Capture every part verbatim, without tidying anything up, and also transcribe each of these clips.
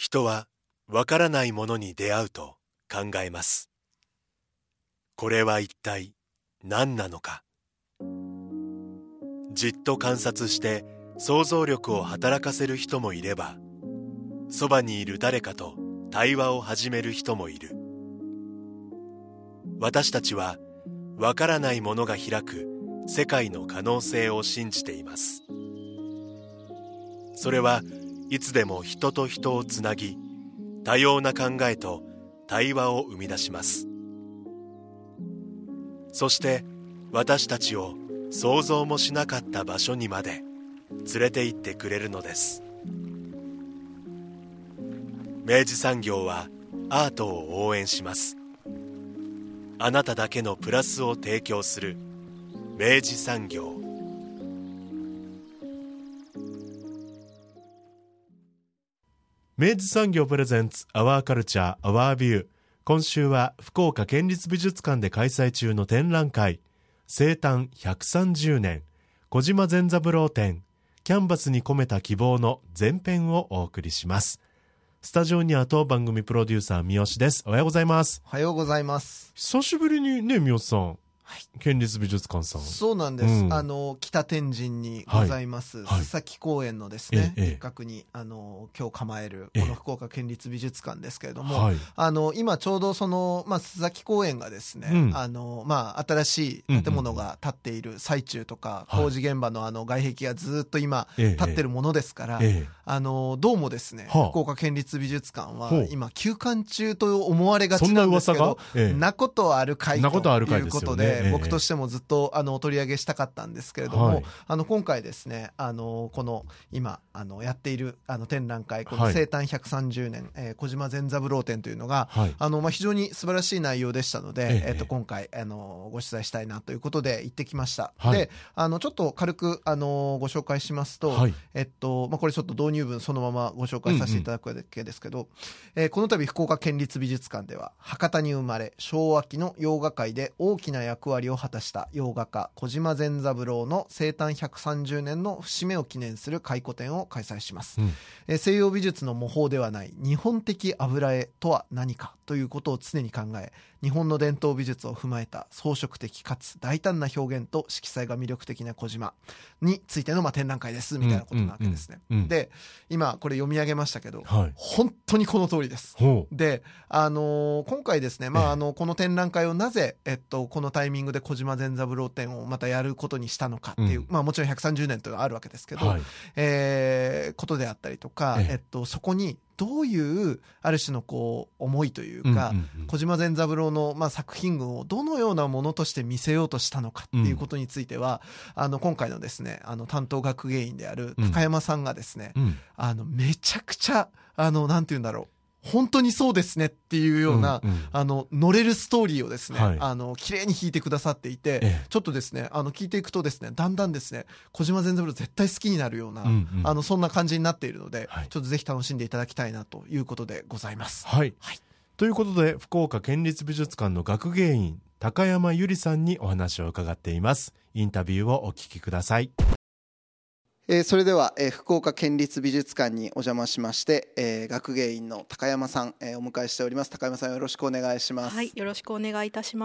人はわからないものに出会うと考えます。これは一体何なのか。じっと観察して想像力を働かせる人もいれば、そばにいる誰かと対話を始める人もいる。私たちはわからないものが開く世界の可能性を信じています。それはいつでも人と人をつなぎ、多様な考えと対話を生み出します。そして私たちを想像もしなかった場所にまで連れて行ってくれるのです。明治産業はアートを応援します。あなただけのプラスを提供する明治産業。明治産業プレゼンツアワーカルチャーアワービュー。今週は福岡県立美術館で開催中の展覧会、生誕ひゃくさんじゅうねん小島善三郎展キャンバスに込めた希望の前編をお送りします。スタジオには当番組プロデューサー三好です。おはようございます。 おはようございます。 久しぶりにね、三好さん、はい、県立美術館さん。 そうなんです、うん、あの北天神にございます、はい、須崎公園のですね、ええ、一角にあの今日構えるこの福岡県立美術館ですけれども、はい、あの今ちょうどその、まあ、須崎公園がですね、うん、あのまあ、新しい建物が建っている最中とか、うんうん、工事現場のあの外壁がずっと今建ってるものですから、ええ、あのどうもですね、はあ、福岡県立美術館は今休館中と思われがちなんですけど、そんな噂が、ええ、なことあるかいということで、僕としてもずっとあの取り上げしたかったんですけれども、はい、あの今回ですね、あのこの今あのやっているあの展覧会、この生誕ひゃくさんじゅうねん、はい、えー、小島善三郎展というのが、はい、あのまあ、非常に素晴らしい内容でしたので、えええー、と今回あのご取材したいなということで行ってきました、はい、であのちょっと軽くあのご紹介しますと、はい、えっとまあ、これちょっと導入文そのままご紹介させていただくわけですけど、うんうん、えー、この度福岡県立美術館では博多に生まれ昭和期の洋画界で大きな役割を果たした洋画家小島善三郎の生誕ひゃくさんじゅうねんの節目を記念する回顧展を開催します、うん、えー、西洋美術の模倣ではない日本的油絵とは何かということを常に考え、日本の伝統美術を踏まえた装飾的かつ大胆な表現と色彩が魅力的な小島についてのまあ展覧会ですみたいなことなわけですね、うんうんうん、で今これ読み上げましたけど、はい、本当にこの通りです。で、あのー、今回ですね、まあ、あのこの展覧会をなぜ、えっと、このタイミングで小島善三郎展をまたやることにしたのかっていう、うん、まあ、もちろんひゃくさんじゅうねんというのはあるわけですけど、はい、えー、ことであったりとか、ええっと、そこにどういうある種のこう思いというか、うんうんうん、小島善三郎のまあ作品群をどのようなものとして見せようとしたのかっていうことについては、うん、あの今回のですね、あの担当学芸員である高山さんがですね、うん、あのめちゃくちゃあのなんていうんだろう、本当にそうですねっていうような、うんうん、あの乗れるストーリーをですね、はい、あの綺麗に弾いてくださっていて、ええ、ちょっとですね、あの聞いていくとですね、だんだんですね、小島善三郎絶対好きになるような、うんうん、あのそんな感じになっているので、はい、ちょっとぜひ楽しんでいただきたいなということでございます。はい、はい、ということで福岡県立美術館の学芸員高山由里さんにお話を伺っています。インタビューをお聞きください。えー、それでは、えー、福岡県立美術館にお邪魔しまして、えー、学芸員の高山さん、えー、お迎えしております。高山さん、よろしくお願いします。 はい、よろしくお願いいたします。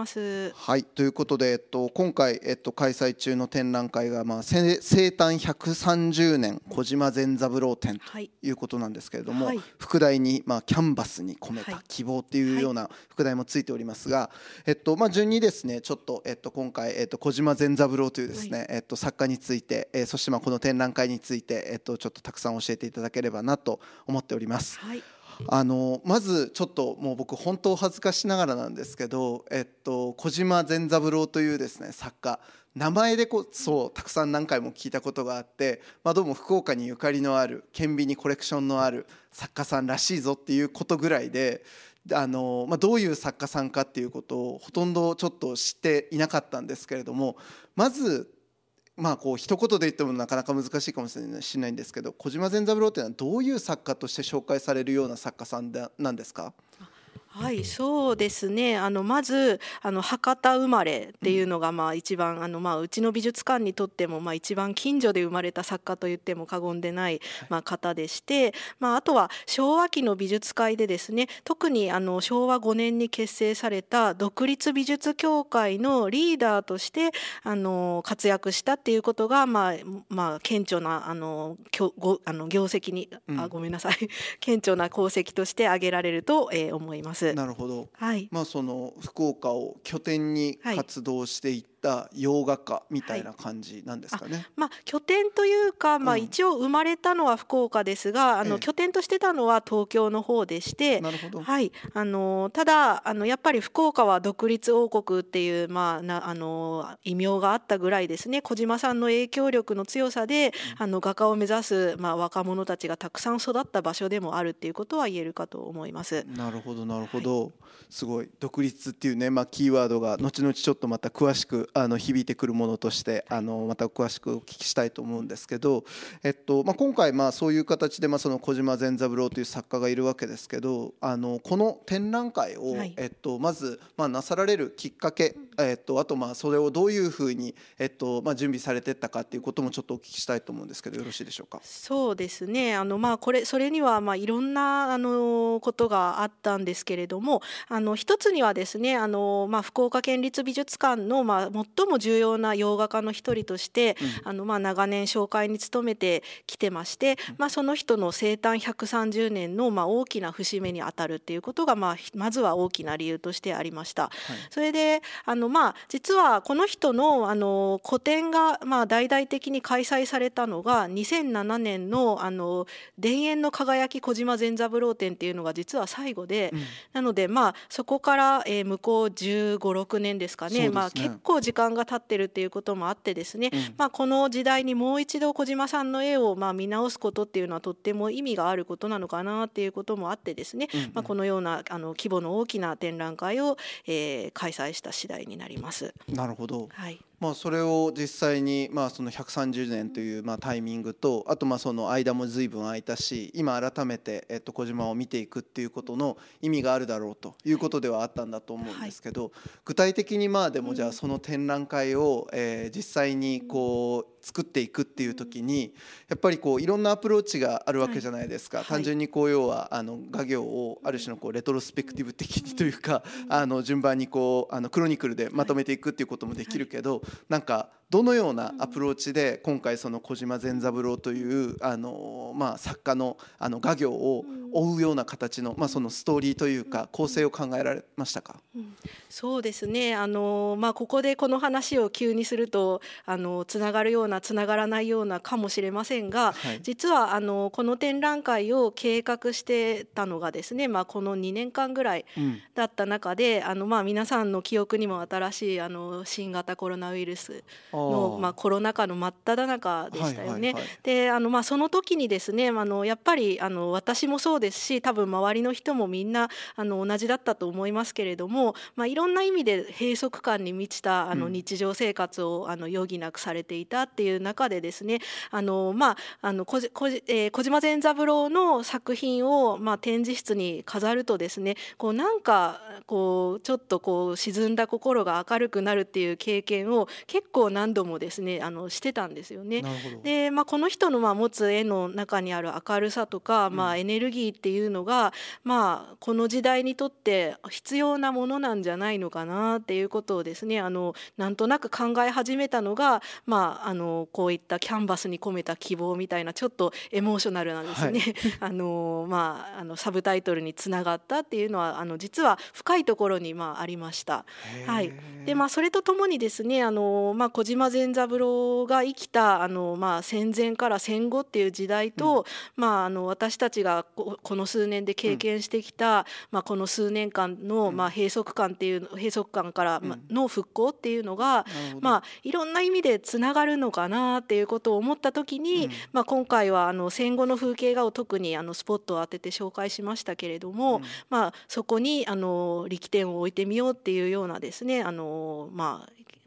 はい、ということで、えっと、今回、えっと、開催中の展覧会が、まあ、生誕ひゃくさんじゅうねん小島善三郎展ということなんですけれども、はい、副題に、まあ、キャンバスに込めた希望っていうような副題もついておりますが、えっとまあ、順にですね、ちょっと、えっと、今回、えっと、小島善三郎というですね、はい、えっと、作家について、えー、そしてまあこの展覧会について、えっと、ちょっとたくさん教えていただければなと思っております。はい、あのまずちょっともう僕本当恥ずかしながらなんですけど、えっと、小島善三郎というですね作家、名前でこそたくさん何回も聞いたことがあって、まあ、どうも福岡にゆかりのある顕微にコレクションのある作家さんらしいぞっていうことぐらいで、あの、まあ、どういう作家さんかっていうことをほとんどちょっと知っていなかったんですけれども、まずまあこう一言で言ってもなかなか難しいかもしれないんですけど、小島善三郎というのはどういう作家として紹介されるような作家さんなんですか？ はい、そうですね。あのまずあの博多生まれっていうのがまあ一番、あのまあうちの美術館にとってもまあ一番近所で生まれた作家と言っても過言でないまあ方でして、まああとは昭和期の美術界でですね、特にあの昭和ごねんに結成された独立美術協会のリーダーとしてあの活躍したっていうことがまあまあ顕著なあのごあの業績に、あごめんなさい顕著な功績として挙げられると、えー、思います。 なるほど、 はい、 まあ、その福岡を拠点に活動していった洋画家みたいな感じなんですかね。 はい、まあ、拠点というか、まあ、一応生まれたのは福岡ですが、うん、あの拠点としてたのは東京の方でして、 なるほど、 はい、あのただあのやっぱり福岡は独立王国っていう、まあ、なあの異名があったぐらいですね、小島さんの影響力の強さで、うん、あの画家を目指す、まあ、若者たちがたくさん育った場所でもあるっていうことは言えるかと思います。 なるほどなるほど、はい、すごい独立っていうね、まあ、キーワードが後々ちょっとまた詳しくあの響いてくるものとしてあのまた詳しくお聞きしたいと思うんですけど、えっとまあ、今回まあそういう形でまあその小島善三郎という作家がいるわけですけど、あのこの展覧会を、はい、えっと、まずまあなさられるきっかけ、えっと、あとまあそれをどういうふうに、えっとまあ、準備されていったかっていうこともちょっとお聞きしたいと思うんですけど、よろしいでしょうか。 そうですね、あのまあこれそれにはまあいろんなあのことがあったんですけれども、あの一つにはですね、あの、まあ、福岡県立美術館のまあ最も重要な洋画家の一人として、うん、あのまあ長年紹介に努めてきてまして、うん、まあ、その人の生誕ひゃくさんじゅうねんのまあ大きな節目にあたるっていうことが、まあ、まずは大きな理由としてありました。はい、それであの、まあ、実はこの人の、あの個展がまあ大々的に開催されたのがにせんななねんのあの田園の輝き小島善三郎展っていうのが実は最後で、うん、なのでまあそこから、えー、向こうじゅうご、ろくねんですか ね, ねまあ、結構時間が経ってるっていうこともあってですね、うん、まあ、この時代にもう一度小島さんの絵をまあ見直すことっていうのはとっても意味があることなのかなっていうこともあってですね、うんうん、まあ、このようなあの規模の大きな展覧会を、えー、開催した次第になります。 なるほど、 はい、 まあ、それを実際にまあそのひゃくさんじゅうねんというまあタイミングと、あとまあその間も随分空いたし、今改めてえっと小島を見ていくっていうことの意味があるだろうということではあったんだと思うんですけど、具体的にまあでもじゃあその展覧会をえ実際にこう作っていくっていう時にやっぱりこういろんなアプローチがあるわけじゃないですか。単純にこう要はあの画業をある種のこうレトロスペクティブ的にというか、あの順番にこうあのクロニクルでまとめていくっていうこともできるけど、なんかどのようなアプローチで今回その小島善三郎というあのまあ作家のあの画業を追うような形のまあそのストーリーというか構成を考えられましたか。 うん、そうですね、あの、まあ、ここでこの話を急にするとあのつながるようなつながらないようなかもしれませんが、はい、実はあのこの展覧会を計画してたのがですね、まあ、このにねんかんぐらいだった中で、うん、あのまあ皆さんの記憶にも新しいあの新型コロナウイルスのまあコロナ禍の真っ只中でしたよね。はいはいはい、であのまあその時にですね、あのやっぱりあの私もそうですし、多分周りの人もみんなあの同じだったと思いますけれども、まあ、いろんな意味で閉塞感に満ちたあの日常生活をあの余儀なくされていたっていう中でですね、あの、まあ、あの小、小、えー、小島善三郎の作品を、まあ、展示室に飾るとですね、こうなんかこうちょっとこう沈んだ心が明るくなるっていう経験を結構何度もですねあのしてたんですよね。で、まあ、この人のまあ持つ絵の中にある明るさとか、まあ、エネルギーっていうのが、まあ、この時代にとって必要なものなんじゃないのかなっていうことをですね、あのなんとなく考え始めたのが、まあ、あのこういったキャンバスに込めた希望みたいなちょっとエモーショナルなですね、はい、あのまあ、あのサブタイトルにつながったっていうのはあの実は深いところにまあありました。はい、でまあ、それとともにですね、あの、まあ、小島善三郎が生きたあの、まあ、戦前から戦後っていう時代と、うん、まあ、あの私たちがこ、この数年で経験してきた、うん、まあ、この数年間の、まあ、閉塞感っていう閉塞感からの復興っていうのが、うん、まあ、いろんな意味でつながるのかなっていうことを思った時に、うん、まあ、今回はあの戦後の風景画を特にあのスポットを当てて紹介しましたけれども、うん、まあ、そこにあの力点を置いてみようっていうようなですね、あの、まあ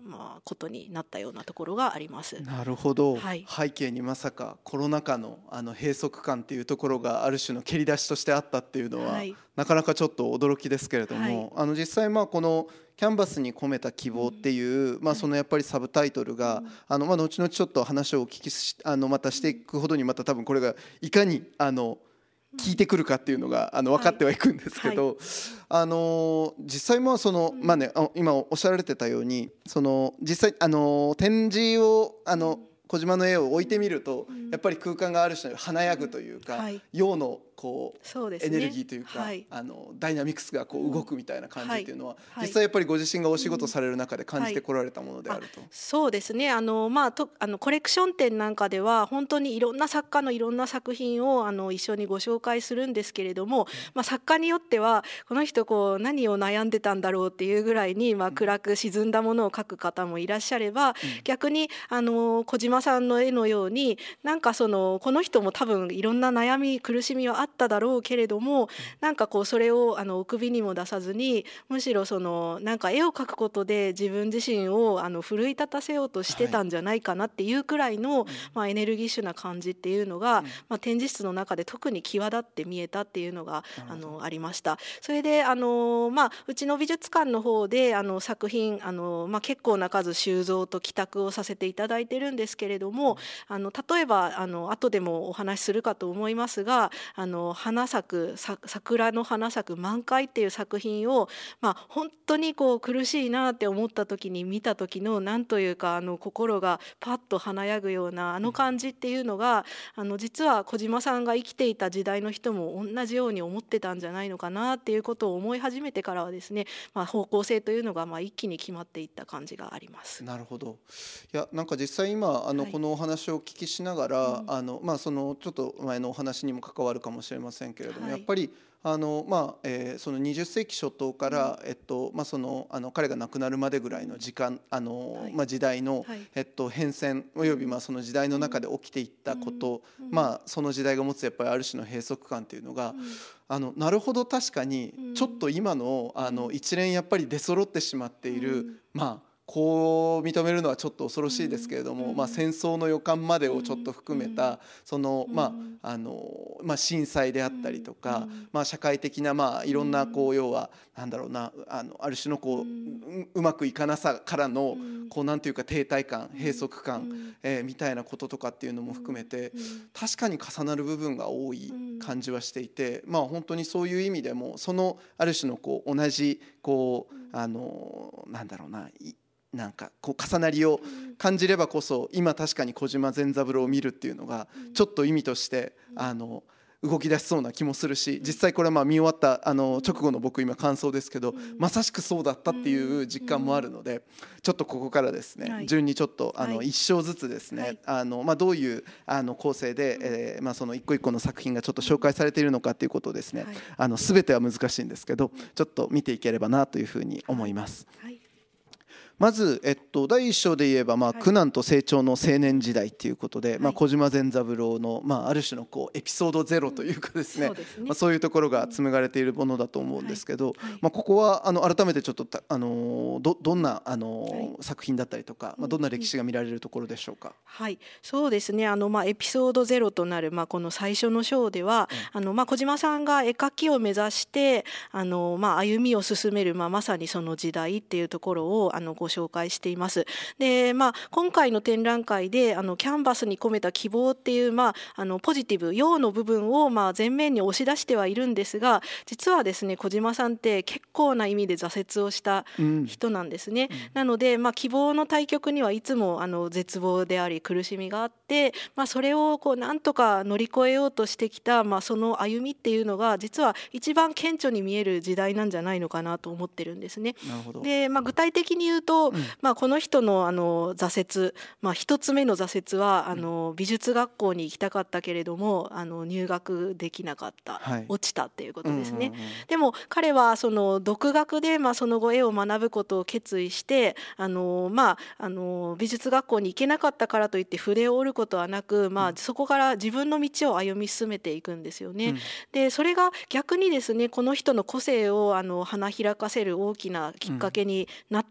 まあ、ことになったようなところがあります。 なるほど、 はい、 背景にまさかコロナ禍のあの閉塞感っていうところがある種の蹴り出しとしてあったっていうのは、はい、なかなかちょっと驚きですけれども、はい、あの実際まあこのキャンバスに込めた希望っていう、うん、まあ、そのやっぱりサブタイトルが、はい、あのまあ後々ちょっと話をお聞きしあのまたしていくほどにまた多分これがいかにあの聞いてくるかっていうのがあの分かってはいくんですけど、はいはい、あの実際まあその、まあね、今おっしゃられてたようにその実際あの展示をあの小島の絵を置いてみるとやっぱり空間がある種華やぐというか、陽のこうエネルギーというか、あのダイナミクスがこう動くみたいな感じっていうのは、実際やっぱりご自身がお仕事される中で感じてこられたものであると。 そうですね、あの、まあ、とあのコレクション展なんかでは本当にいろんな作家のいろんな作品をあの一緒にご紹介するんですけれども、まあ、作家によってはこの人こう何を悩んでたんだろうっていうぐらいに、まあ、暗く沈んだものを描く方もいらっしゃれば、うん、逆にあの小島さんの絵のようになんかそのこの人も多分いろんな悩み苦しみはあっただろうけれども、なんかこうそれをあのお首にも出さずに、むしろそのなんか絵を描くことで自分自身をあの奮い立たせようとしてたんじゃないかなっていうくらいの、はい、まあ、エネルギッシュな感じっていうのが、うん、まあ、展示室の中で特に際立って見えたっていうのがあのありました。それであの、まあ、うちの美術館の方であの作品あの、まあ、結構な数収蔵と寄託をさせていただいてるんですけれども、あの例えばあの後でもお話しするかと思いますが、あの花咲く桜の花咲く満開っていう作品を、まあ、本当にこう苦しいなって思った時に見た時のなんというかあの心がパッと華やぐようなあの感じっていうのが、あの実は小島さんが生きていた時代の人も同じように思ってたんじゃないのかなっていうことを思い始めてからはですね、まあ、方向性というのがまあ一気に決まっていった感じがあります。 なるほど。いやなんか実際今あのこのお話をお聞きしながら、はい、あのまあ、そのちょっと前のお話にも関わるかもしれませんけれども、はい、やっぱりあのまあえー、そのにじゅっ世紀初頭から、うん、えっとまあ、そのあの彼が亡くなるまでぐらいの時間あの、はい、まあ、時代の、はい、えっと、変遷およびまあその時代の中で起きていったこと、うん、まあ、その時代が持つやっぱりある種の閉塞感というのが、うん、あのなるほど確かにちょっと今の、あの一連やっぱり出揃ってしまっている、うん、まあこう認めるのはちょっと恐ろしいですけれども、まあ、戦争の予感までをちょっと含めたその、まああのまあ、震災であったりとか、まあ、社会的な、まあ、いろんなこう要はなんだろうな あのある種のこう う, うまくいかなさからのこうなんていうか停滞感閉塞感、えー、みたいなこととかっていうのも含めて確かに重なる部分が多い感じはしていて、まあ、本当にそういう意味でもそのある種のこう同じこうあのなんだろうななんかこう重なりを感じればこそ今確かに小島善三郎を見るっていうのがちょっと意味としてあの動き出しそうな気もするし、実際これはまあ見終わったあの直後の僕今感想ですけど、まさしくそうだったっていう実感もあるので、ちょっとここからですね順にちょっとあの一章ずつですねあのまあどういうあの構成でえまあその一個一個の作品がちょっと紹介されているのかっていうことをですね、あの全ては難しいんですけどちょっと見ていければなというふうに思います。まず、えっと、第一章で言えば、まあ、苦難と成長の青年時代ということで、はい、まあ、小島善三郎の、まあ、ある種のこうエピソードゼロというかですね、うん、そうですね、まあ、そういうところが紡がれているものだと思うんですけど、はいはい、まあ、ここはあの改めてちょっとあの ど, どんなあの、はい、作品だったりとか、まあ、どんな歴史が見られるところでしょうか。 はい、そうですね、あの、まあ、エピソードゼロとなる、まあ、この最初の章では、うん、あのまあ、小島さんが絵描きを目指してあの、まあ、歩みを進める、まあ、まさにその時代っていうところをあのご紹介しています。で、まあ、今回の展覧会であのキャンバスに込めた希望っていう、まあ、あのポジティブ陽の部分をまあ前面に押し出してはいるんですが、実はですね小島さんって結構な意味で挫折をした人なんですね、うんうん、なので、まあ、希望の対極にはいつもあの絶望であり苦しみがあって、まあ、それをこうなんとか乗り越えようとしてきた、まあ、その歩みっていうのが実は一番顕著に見える時代なんじゃないのかなと思ってるんですね。 なるほど。 で、まあ、具体的に言うと、うん、まあ、この人のあの挫折、まあ、一つ目の挫折はあの美術学校に行きたかったけれどもあの入学できなかった、はい、落ちたっていうことですね、うんうんうん、でも彼はその独学で、まあ、その後絵を学ぶことを決意してあの、まあ、あの美術学校に行けなかったからといって筆を折ることはなく、まあ、そこから自分の道を歩み進めていくんですよね、うん、でそれが逆にですねこの人の個性をあの花開かせる大きなきっかけになったという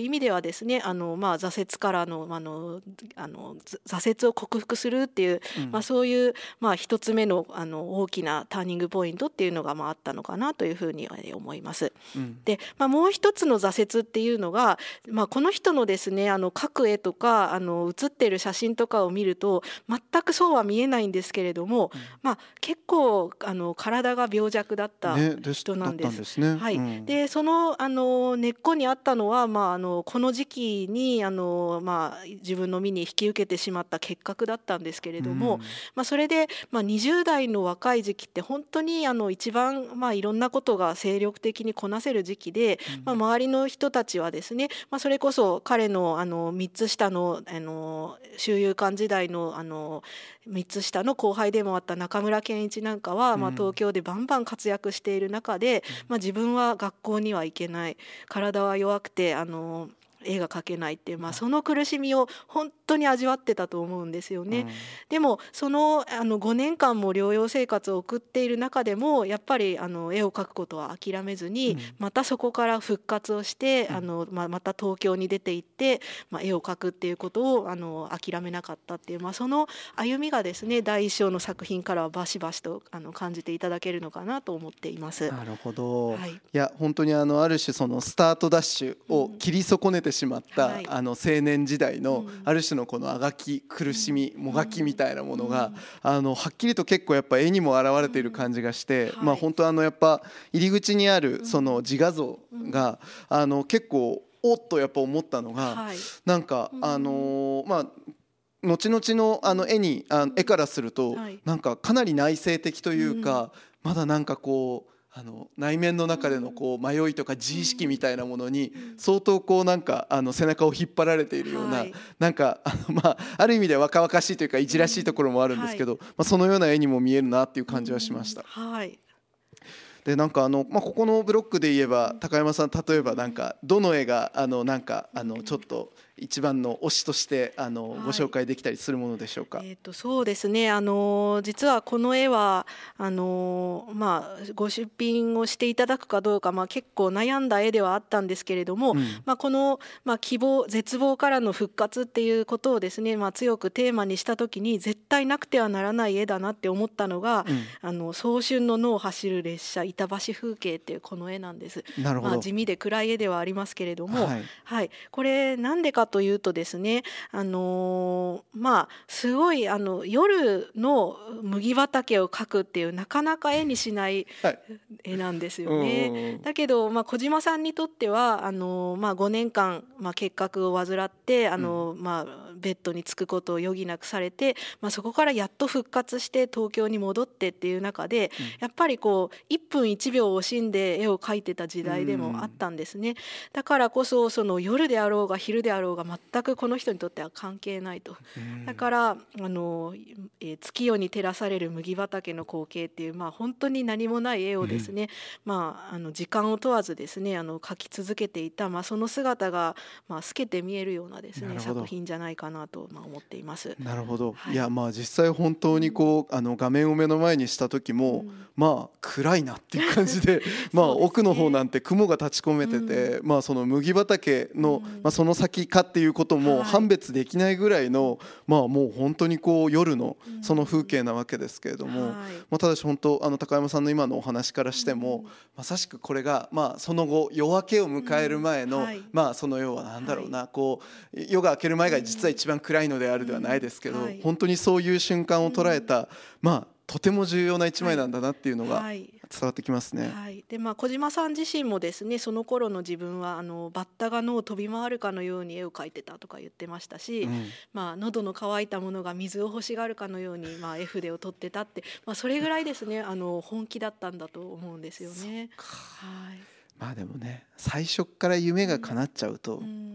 意味ではですね、あの、まあ、挫折からの、あの、あの挫折を克服するっていう、うん、まあ、そういう、まあ、一つ目の、あの大きなターニングポイントっていうのが、まあ、あったのかなというふうに思います。うん、で、まあ、もう一つの挫折っていうのが、まあ、この人のですね、あの描く絵とかあの写っている写真とかを見ると全くそうは見えないんですけれども、うん、まあ、結構あの体が病弱だった人なんです。ね、ですね。はい。うん、でその、あの根っこにあったのは、まあ、あのこの時期にあの、まあ、自分の身に引き受けてしまった結核だったんですけれども、うん、まあ、それで、まあ、にじゅう代の若い時期って本当にあの一番、まあ、いろんなことが精力的にこなせる時期で、うん、まあ、周りの人たちはですね、まあ、それこそ彼の、あのみっつ下の、あの修友館時代の、あのみっつ下の後輩でもあった中村健一なんかは、まあ、東京でバンバン活躍している中で、うん、まあ、自分は学校には行けない、体は弱くてあの絵が描けないっていう、まあ、その苦しみを本当に味わってたと思うんですよね。うん、でもその、あのごねんかんも療養生活を送っている中でもやっぱりあの絵を描くことは諦めずに、うん、またそこから復活をして、うん、あのまあ、また東京に出て行って、まあ、絵を描くっていうことをあの諦めなかったっていう、まあ、その歩みがですね第一章の作品からはバシバシとあの感じていただけるのかなと思っています。 なるほど、はい、いや本当にあのある種そのスタートダッシュを切り損ねてしまった、うん、はい、あの青年時代のある種のこのあがき苦しみ、うん、もがきみたいなものが、うん、あのはっきりと結構やっぱ絵にも現れている感じがして、うん、はい、まあ、本当あのやっぱ入り口にあるその自画像が、うん、あの結構おっとやっぱ思ったのが、はい、なんかあのー、まあ後々のあの絵にあの絵からするとなんかかなり内省的というか、まだなんかこうあの内面の中でのこう迷いとか自意識みたいなものに相当こうなんかあの背中を引っ張られているような、なんかあのまあある意味で若々しいというかいじらしいところもあるんですけど、まあそのような絵にも見えるなっていう感じはしました。 はい。 でなんかあのまあここのブロックで言えば高山さん、例えばなんかどの絵があのなんかあのちょっと一番の推しとしてあの、はい、ご紹介できたりするものでしょうか。 えー、とそうですね、あの実はこの絵はあの、まあ、ご出品をしていただくかどうか、まあ、結構悩んだ絵ではあったんですけれども、うん、まあ、この、まあ、希望絶望からの復活っていうことをですね、まあ、強くテーマにした時に絶対なくてはならない絵だなって思ったのが、うん、あの早春の野を走る列車板橋風景っていうこの絵なんです。 なるほど。 まあ、地味で暗い絵ではありますけれども、はいはい、これなんでかというとですね、あのー、まあすごいあの夜の麦畑を描くっていうなかなか絵にしない絵なんですよね。はい、だけど、まあ、小島さんにとってはあのー、まあ、ごねんかん、まあ、結核を患ってあのー、まあ、ベッドにつくことを余儀なくされて、まあ、そこからやっと復活して東京に戻ってっていう中で、うん、やっぱりこういっぷんいちびょう惜しんで絵を描いてた時代でもあったんですね。だからこそその夜であろうが昼であろうが全くこの人にとっては関係ないと。だからあの、えー、月夜に照らされる麦畑の光景っていう、まあ、本当に何もない絵をですね、うん、まあ、あの時間を問わずですねあの描き続けていた、まあ、その姿が、まあ、透けて見えるようなですね作品じゃないかなと、まあ、思っています。 なるほど、はい、いやまあ実際本当にこうあの画面を目の前にした時も、うん、まあ暗いなっていう感じでまあ奥の方なんて雲が立ち込めてて、うん、まあその麦畑の、うん、まあ、その先かっていうことも判別できないぐらいの、はい、まあもう本当にこう夜のその風景なわけですけれども、うん、はい、まあ、ただし本当あの高山さんの今のお話からしても、うん、まさしくこれがまあその後夜明けを迎える前の、うん、はい、まあその要はなんだろうな、はい、こう夜が明ける前が実は一番暗いのであるではないですけど、うん、はい、本当にそういう瞬間を捉えた、まあとても重要な一枚なんだなっていうのが伝わってきますね。 はいはい、でまあ、小島さん自身もですねその頃の自分はあのバッタが野を飛び回るかのように絵を描いてたとか言ってましたし、うん、まあ、喉の渇いたものが水を欲しがるかのように、まあ、絵筆を取ってたって、まあ、それぐらいですねあの本気だったんだと思うんですよね。はい、 まあでもね最初から夢が叶っちゃうと、うんうん、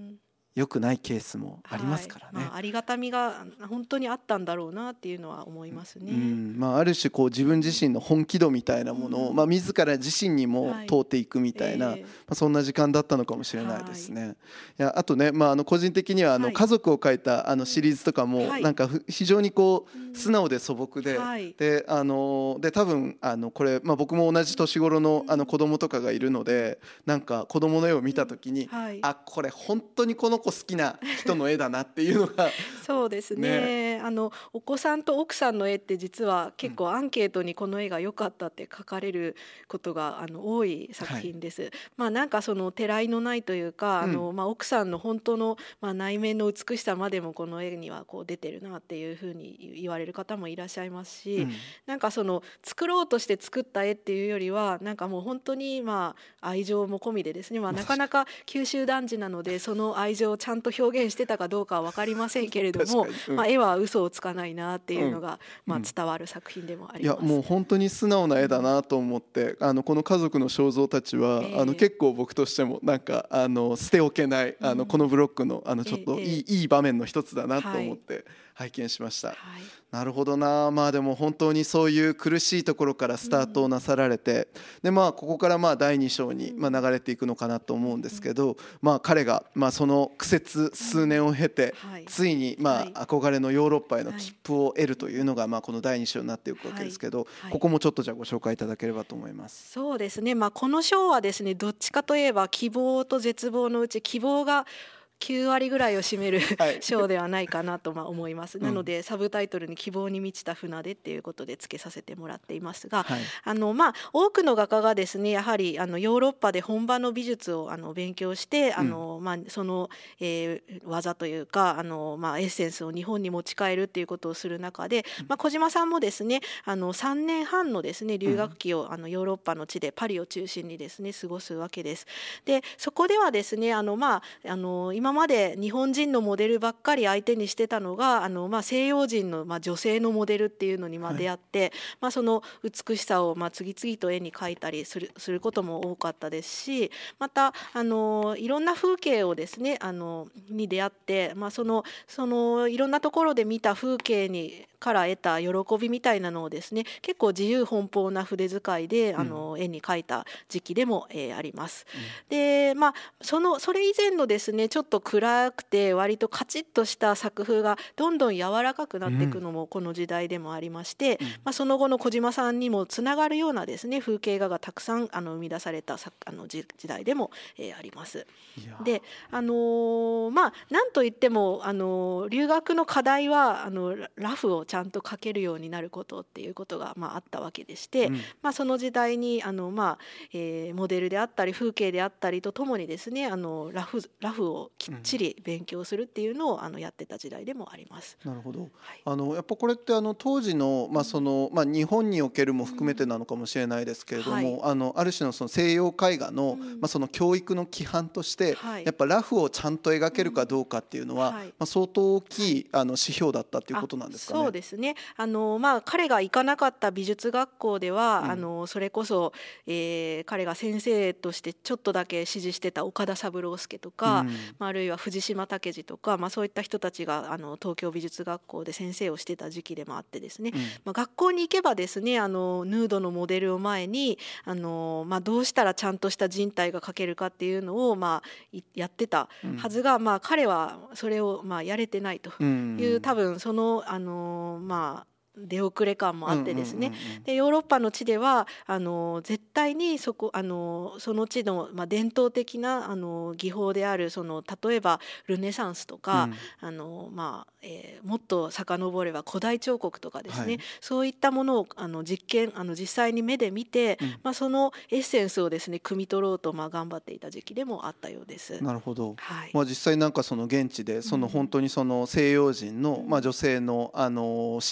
良くないケースもありますからね、 はいまあ、ありがたみが本当にあったんだろうなっていうのは思いますね、 うんまあ、ある種こう自分自身の本気度みたいなものを、うんまあ、自ら自身にも問うていくみたいな、はいえーまあ、そんな時間だったのかもしれないですね、はい、いやあとね、まあ、あの個人的にはあの家族を描いたあのシリーズとかもなんか非常にこう素直で素朴で、はい、であので多分あのこれ、まあ、僕も同じ年頃のあの子供とかがいるのでなんか子供の絵を見た時に、はい、あこれ本当にこの子好きな人の絵だなっていうのがそうですね、ねあのお子さんと奥さんの絵って実は結構アンケートにこの絵が良かったって書かれることがあの多い作品です、はい、まあなんかそのてらいのないというか、うん、あのまあ奥さんの本当のまあ内面の美しさまでもこの絵にはこう出てるなっていうふうに言われる方もいらっしゃいますし、うん、なんかその作ろうとして作った絵っていうよりはなんかもう本当にまあ愛情も込みでですね、まあ、なかなか九州男児なのでその愛情をちゃんと表現してたかどうかは分かりませんけれども、うんまあ、絵は嘘をつかないなっていうのが、うんまあ、伝わる作品でもあります、 いやもう本当に素直な絵だなと思って、あのこの家族の肖像たちは、えー、あの結構僕としてもなんかあの捨ておけないあのこのブロックのあのちょっといい、えー、いい場面の一つだなと思って拝見しました、はい、なるほどな。まあでも本当にそういう苦しいところからスタートをなさられて、うん、でまあここからまあだいに章にまあ流れていくのかなと思うんですけど、まあ彼がまあその苦節数年を経てついにまあ憧れのヨーロッパへの切符を得るというのがまあこのだいに章になっていくわけですけど、ここもちょっとじゃあご紹介いただければと思います。 そうですね、まあこの章はですねどっちかといえば希望と絶望のうち希望がきゅうわりぐらいを占める章ではないかなとまあ思います、はい、なのでサブタイトルに希望に満ちた船出っていうことで付けさせてもらっていますが、はい、あのまあ多くの画家がですねやはりあのヨーロッパで本場の美術をあの勉強してあの、うんまあ、その、えー、技というかあの、まあ、エッセンスを日本に持ち帰るっていうことをする中で、まあ、小島さんもですねあのさんねんはんのですね留学期をあのヨーロッパの地でパリを中心にですね過ごすわけです。でそこではですねあの、まあ、あの今今まで日本人のモデルばっかり相手にしてたのがあの、まあ、西洋人の、まあ、女性のモデルっていうのにまあ出会って、はいまあ、その美しさをまあ次々と絵に描いたりする、することも多かったですし、またあのいろんな風景をですねあのに出会って、まあ、そのそのいろんなところで見た風景にから得た喜びみたいなのをですね結構自由奔放な筆遣いであの、うん、絵に描いた時期でも、えー、あります。うん、でまあそのそれ以前のですねちょっと暗くて割とカチッとした作風がどんどん柔らかくなっていくのもこの時代でもありまして、うんまあ、その後の小島さんにもつながるようなですね風景画がたくさんあの生み出されたあの時代でも、えー、あります。であのー、まあなんといってもあの留学の課題はあのラフをちゃんと描けるようになることっていうことが、まあ、あったわけでして、うんまあ、その時代にあの、まあえー、モデルであったり風景であったりとともにですねあのラフ、ラフをきっちり勉強するっていうのをあのやってた時代でもあります。 なるほど、はい、あのやっぱこれってあの当時の、まあそのまあ、日本におけるも含めてなのかもしれないですけれども、うんはい、あのある種のその西洋絵画の、うんまあ、その教育の規範として、はい、やっぱラフをちゃんと描けるかどうかっていうのは、うんはいまあ、相当大きいあの指標だったっていうことなんですかね。 そうですねあの、まあ、彼が行かなかった美術学校では、うん、あのそれこそ、えー、彼が先生としてちょっとだけ指示してた岡田三郎介とか、うんまあ、あるいは藤島武二とか、まあ、そういった人たちがあの東京美術学校で先生をしてた時期でもあってですね、うんまあ、学校に行けばですねあのヌードのモデルを前にあの、まあ、どうしたらちゃんとした人体が描けるかっていうのを、まあ、やってたはずが、うんまあ、彼はそれを、まあ、やれてないという、うん、多分その、あのまあ出遅れ感もあってですね、うんうんうんうん、でヨーロッパの地ではあの絶対にそこあのその地の、まあ、伝統的なあの技法であるその例えばルネサンスとか、うんあのまあえー、もっと遡れば古代彫刻とかですね、はい、そういったものをあの実験あの実際に目で見て、うんまあ、そのエッセンスをですね汲み取ろうと、まあ、頑張っていた時期でもあったようです。 なるほど、はいまあ、実際なんかその現地でその本当にその西洋人の、うんまあ、女性の、あの身体を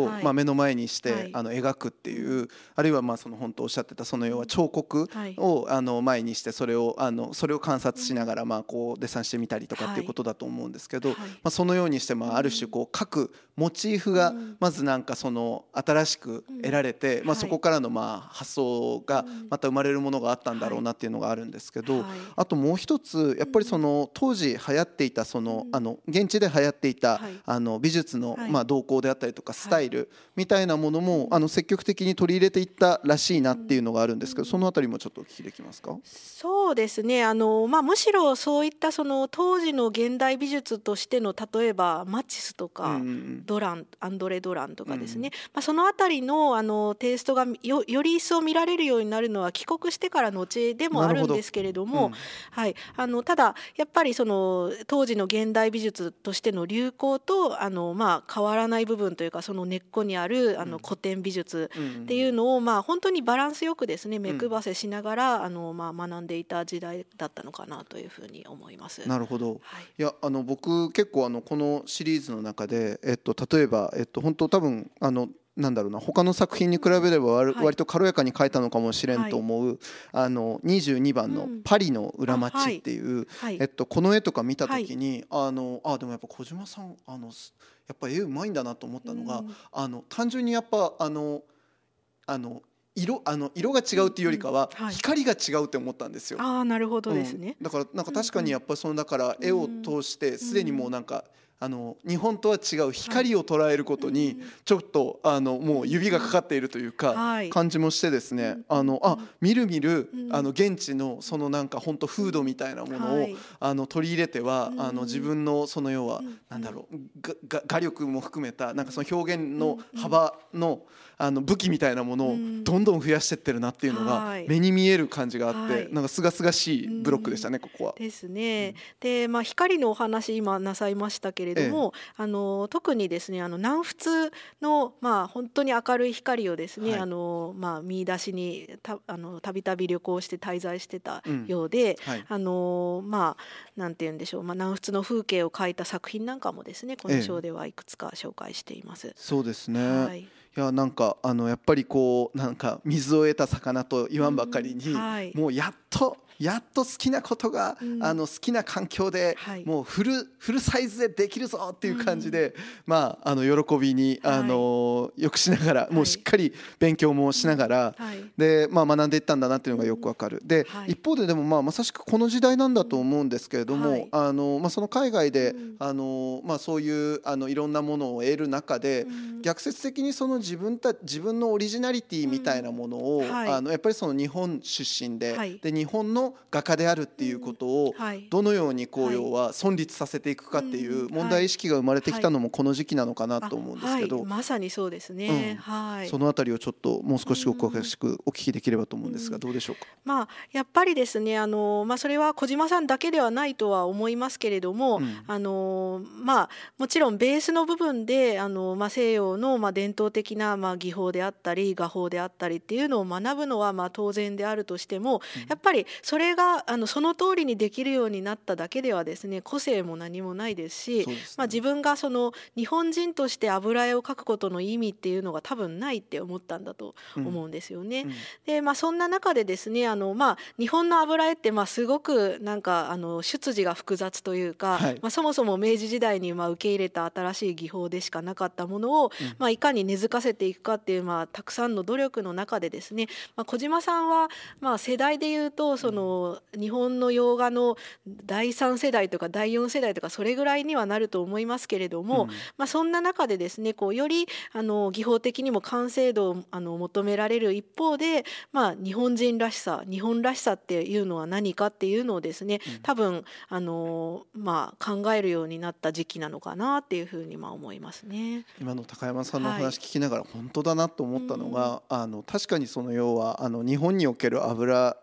を、 はいまあ、目の前にして、 はい、 あの描くっていう、あるいはまあその本当おっしゃってたその要は彫刻を、はい、あの前にしてそれをあのそれを観察しながら、まあ、こうデッサンしてみたりとかっていうことだと思うんですけど、はい、まあ、そのようにして、まあ、ある種こう各モチーフがまずなんかその新しく得られて、まあ、そこからのまあ発想がまた生まれるものがあったんだろうなっていうのがあるんですけど、はい、あともう一つやっぱりその当時流行っていたそのあの現地で流行っていたあの美術のまあ動向であったりとかスタイルみたいなものもあの積極的に取り入れていったらしいなっていうのがあるんですけど、そのあたりもちょっとお聞きできますか？ そうですね、あの、まあ、むしろそういったその当時の現代美術としての例えばマティスとかドラン、アンドレ・ドランとかですね、まあ、そのあたりの、あのテイストが よ, より一層見られるようになるのは帰国してからの後でもあるんですけれども、うん、はい、あのただやっぱりその当時の現代美術としての流行とあの、まあ、変わらない部分というかその根っこにあるあの古典美術っていうのを、まあ、本当にバランスよくですね目配せしながらあの、まあ、学んでいた時代だったのかなというふうに思います。 なるほど、 はい、 いやあの僕結構あのこのシリーズの中で、えっと、例えば、えっと、本当多分あのなんだろうな他の作品に比べれば割、はい、割と軽やかに書いたのかもしれんと思う、はい、あのにじゅうにばんのパリの裏町っていう、うんはい、えっと、この絵とか見た時に、はい、あのあでもやっぱ小島さんあのやっぱ絵うまいんだなと思ったのが、うん、あの単純にやっぱあのあの色, あの色が違うっていうよりかは、うんはい、光が違うって思ったんですよ。 あ、なるほどですね、 うん、だからなんか確かにやっぱそのだから絵を通してすでにもうなんかあの日本とは違う光を捉えることにちょっとあのもう指がかかっているというか感じもしてですね、あのあみるみるあの現地のそのなんか本当風土みたいなものをあの取り入れてはあの自分のその要はなんだろうが画力も含めたなんかその表現の幅のあの武器みたいなものをどんどん増やしてってるなっていうのが目に見える感じがあって、なんか清々しいブロックでしたね、ここは。 ですね。で、まあ、光のお話今なさいましたけれども、ええ、あの特にですねあの南仏の、まあ、本当に明るい光をですね、はい、あのまあ、見出しにたあのたびたび旅行して滞在してたようで、うんはい、あのまあなんて言うんでしょう、まあ、南仏の風景を描いた作品なんかもですねこの章ではいくつか紹介しています。ええ、 そうですね、はい、いやなんかあのやっぱりこうなんか水を得た魚と言わんばかりに、うんはい、もうやっとやっと好きなことが、うん、あの好きな環境で、はい、もうフルフルサイズでできるぞっていう感じで、うん、まああの喜びに、はい、あのよくしながら、はい、もうしっかり勉強もしながら、はい、でまあ学んでいったんだなっていうのがよくわかる。で、はい、一方ででもまあまさしくこの時代なんだと思うんですけれども、はい、あのまあその海外で、うん、あのまあそういうあのいろんなものを得る中で、うん、逆説的にその自分た自分のオリジナリティみたいなものを、うんはい、あのやっぱりその日本出身で、はい、で日本の画家であるっていうことをどのようにこう要は存立させていくかっていう問題意識が生まれてきたのもこの時期なのかなと思うんですけど、 はいはい、まさにそうですね、 うんはい、 そのあたりをちょっともう少しお詳しくお聞きできればと思うんですが、どうでしょうか。 まあ、やっぱりですねあの、まあ、それは小島さんだけではないとは思いますけれども、うんあのまあ、もちろんベースの部分であの、まあ、西洋のまあ伝統的なまあ技法であったり画法であったりっていうのを学ぶのはまあ当然であるとしても、うん、やっぱりそれがあのその通りにできるようになっただけではですね個性も何もないですし、そうですね、まあ、自分がその日本人として油絵を描くことの意味っていうのが多分ないって思ったんだと思うんですよね。うんうん、で、まあ、そんな中でですねあの、まあ、日本の油絵ってまあすごくなんかあの出自が複雑というか、はい、まあ、そもそも明治時代にまあ受け入れた新しい技法でしかなかったものを、うんまあ、いかに根付かせていくかっていう、まあ、たくさんの努力の中でですね、まあ、小島さんはまあ世代でいうとその日本の洋画のだいさん世代とかだいよん世代とかそれぐらいにはなると思いますけれども、うんまあ、そんな中でですねこうよりあの技法的にも完成度をあの求められる一方で、まあ、日本人らしさ日本らしさっていうのは何かっていうのをですね多分あの、まあ、考えるようになった時期なのかなっていうふうにまあ思いますね。 今の高山さんの話聞きながら本当だなと思ったのが、はい、あの確かにその要はあの日本における油絵とかっ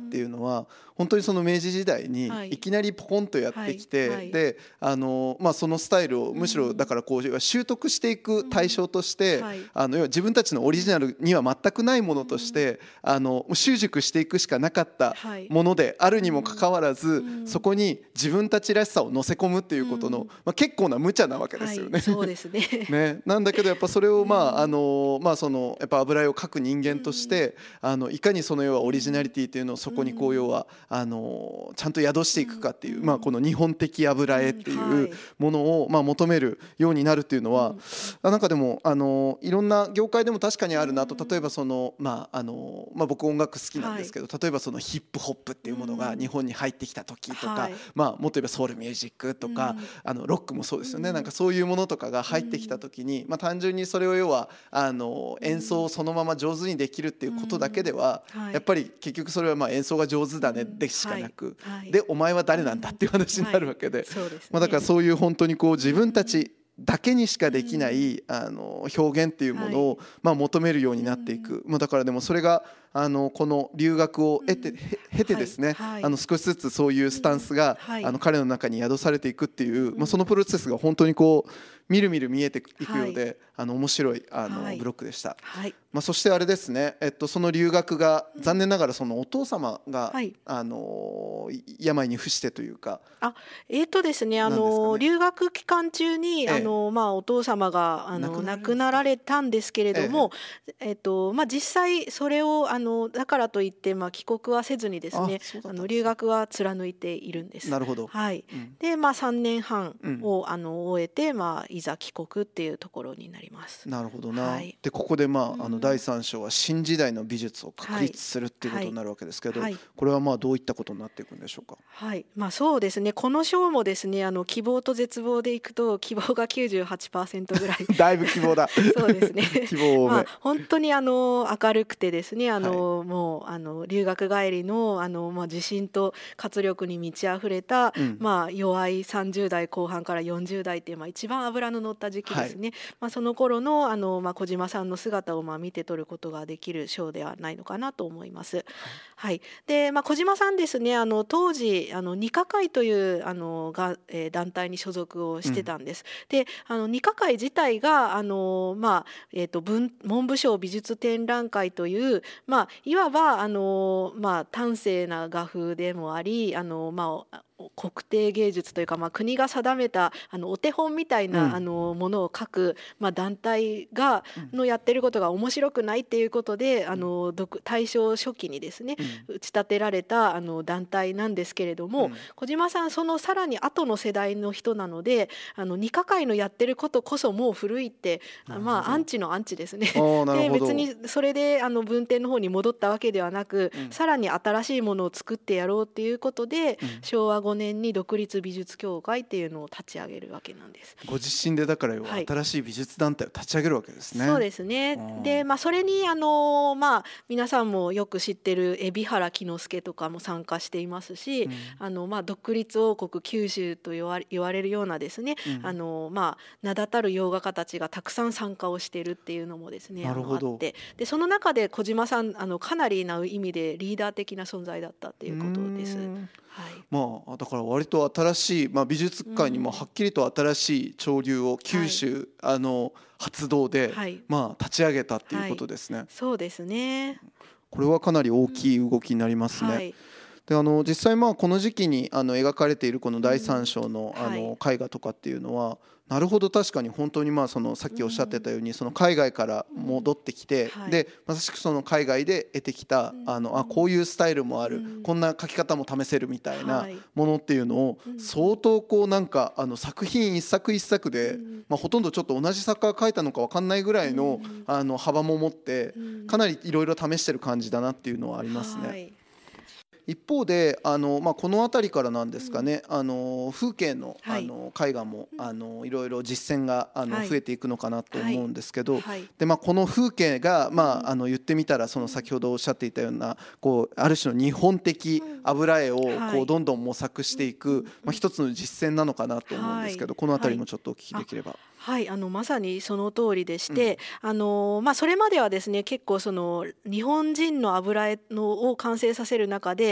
っていうのは、うん、本当にその明治時代にいきなりポコンとやってきて、はいはい、であの、まあ、そのスタイルをむしろだからこう習得していく対象として、うんはい、あの要は自分たちのオリジナルには全くないものとして、うん、あの習熟していくしかなかったものであるにもかかわらず、うん、そこに自分たちらしさを乗せ込むっていうことの、うんまあ、結構な無茶なわけですよね。 はい、そうですねね、なんだけどやっぱそれを、まああのまあ、そのやっぱ油絵を描く人間として、うん、あのいかにその要はオリジナリティというのをそこにこう要はあのちゃんと宿していくかっていう、まあ、この日本的油絵っていうものを、まあ、求めるようになるっていうのは、うん、なんかでもあのいろんな業界でも確かにあるなと。例えばその、まああのまあ、僕音楽好きなんですけど、はい、例えばそのヒップホップっていうものが日本に入ってきた時とか、うんまあ、もっと言えばソウルミュージックとか、うん、あのロックもそうですよね、うん、なんかそういうものとかが入ってきた時に、まあ、単純にそれを要はあの演奏をそのまま上手にできるっていうことだけでは、うんはい、やっぱり結局それはまあ演奏が上手だねでしかなく、うんはい、でお前は誰なんだっていう話になるわけで、はいそうですねまあ、だからそういう本当にこう自分たちだけにしかできない、うん、あの表現っていうものを、はいまあ、求めるようになっていく、うんまあ、だからでもそれがあのこの留学を得て、うん、経てですね、はいはい、あの少しずつそういうスタンスが、うんはい、あの彼の中に宿されていくっていう、うんまあ、そのプロセスが本当にこうみるみる見えていくようで、はい、あの面白いあの、はい、ブロックでした、はいまあ、そしてあれですね、えっと、その留学が残念ながらそのお父様が、はい、あの病に伏してというかあ、えーとですね、あの、ね、留学期間中に、ええあのまあ、お父様があの亡くなられたんですけれども、えええーとまあ、実際それをあのだからといって、まあ、帰国はせずにですね、あの留学は貫いているんです。 なるほど、 はいうん、で、まあ、さんねんはんを、うん、あの終えて、まあ、いざ帰国っていうところになります。 なるほどな、はい、でここで、まあ、あのだいさん章は新時代の美術を確立するっていうことになるわけですけど、はいはい、これはまあどういったことになっていくんでしょうか。 はいまあ、そうですね、この章もですね、あの希望と絶望でいくと希望が きゅうじゅうはちパーセント ぐらいだいぶ希望だそうですね希望多め、まあ、 本当にあの明るくてですね、あの、はい、もうあの留学帰りの、あの、まあ、自信と活力に満ち溢れた、うんまあ、弱いさんじゅう代後半からよんじゅう代っていう、まあ、一番脂の乗った時期ですね、はいまあ、その頃の、あの、まあ、小島さんの姿をまあ見て取ることができる章ではないのかなと思います。はいはいでまあ、小島さんですね、あの当時あの二科会というあのが、えー、団体に所属をしてたんです。うん、であの二科会自体があの、まあえー、と文文部省美術展覧会という、まあ、いわばあの、まあ、端正な画風でもあり、あの、まあ国定芸術というか、まあ、国が定めたあのお手本みたいな、うん、あのものを書く、まあ、団体がのやってることが面白くないっていうことで、うん、あの大正初期にですね、うん、打ち立てられたあの団体なんですけれども、うん、小島さんそのさらに後の世代の人なので、あの二科会のやってることこそもう古いって、まあ、アンチのアンチですねで別にそれであの文展の方に戻ったわけではなく、うん、さらに新しいものを作ってやろうっていうことで、うん、昭和ごねんに独立美術協会っていうのを立ち上げるわけなんです。 ご自身でだから要は新しい美術団体を立ち上げるわけですね。 はい、そうですね。で、まあ、それにあの、まあ、皆さんもよく知ってる海老原喜之助とかも参加していますし、うん、あのまあ、独立王国九州と言われ、言われるようなですね、うん、あのまあ、名だたる洋画家たちがたくさん参加をしているっていうのもですね、あのあって、でその中で小島さんあのかなりな意味でリーダー的な存在だったっていうことです。はい、 まあ、だから割と新しい、まあ、美術界にもはっきりと新しい潮流を九州、はい、あの発動で、はい、まあ、立ち上げたっていうことですね。はい、 そうですね。 これはかなり大きい動きになりますね。うんはい、であの実際まあこの時期にあの描かれているこのだいさん章の、あの絵画とかっていうのは、なるほど確かに本当にまあそのさっきおっしゃってたようにその海外から戻ってきて、でまさしくその海外で得てきたあのあこういうスタイルもある、こんな描き方も試せるみたいなものっていうのを相当こうなんかあの作品一作一作で、まあ、ほとんどちょっと同じ作家が描いたのか分かんないぐらいのあの幅も持ってかなりいろいろ試してる感じだなっていうのはありますね。一方であの、まあ、この辺りからなんですかね、うん、あの風景 の,、はい、あの絵画もあのいろいろ実践があの、はい、増えていくのかなと思うんですけど、はいでまあ、この風景が、まあ、あの言ってみたらその先ほどおっしゃっていたようなこうある種の日本的油絵をこうどんどん模索していく、まあ、一つの実践なのかなと思うんですけど、はい、この辺りもちょっとお聞きできれば。はいはい、あのまさにその通りでして、うんあのまあ、それまではですね結構その日本人の油絵のを完成させる中で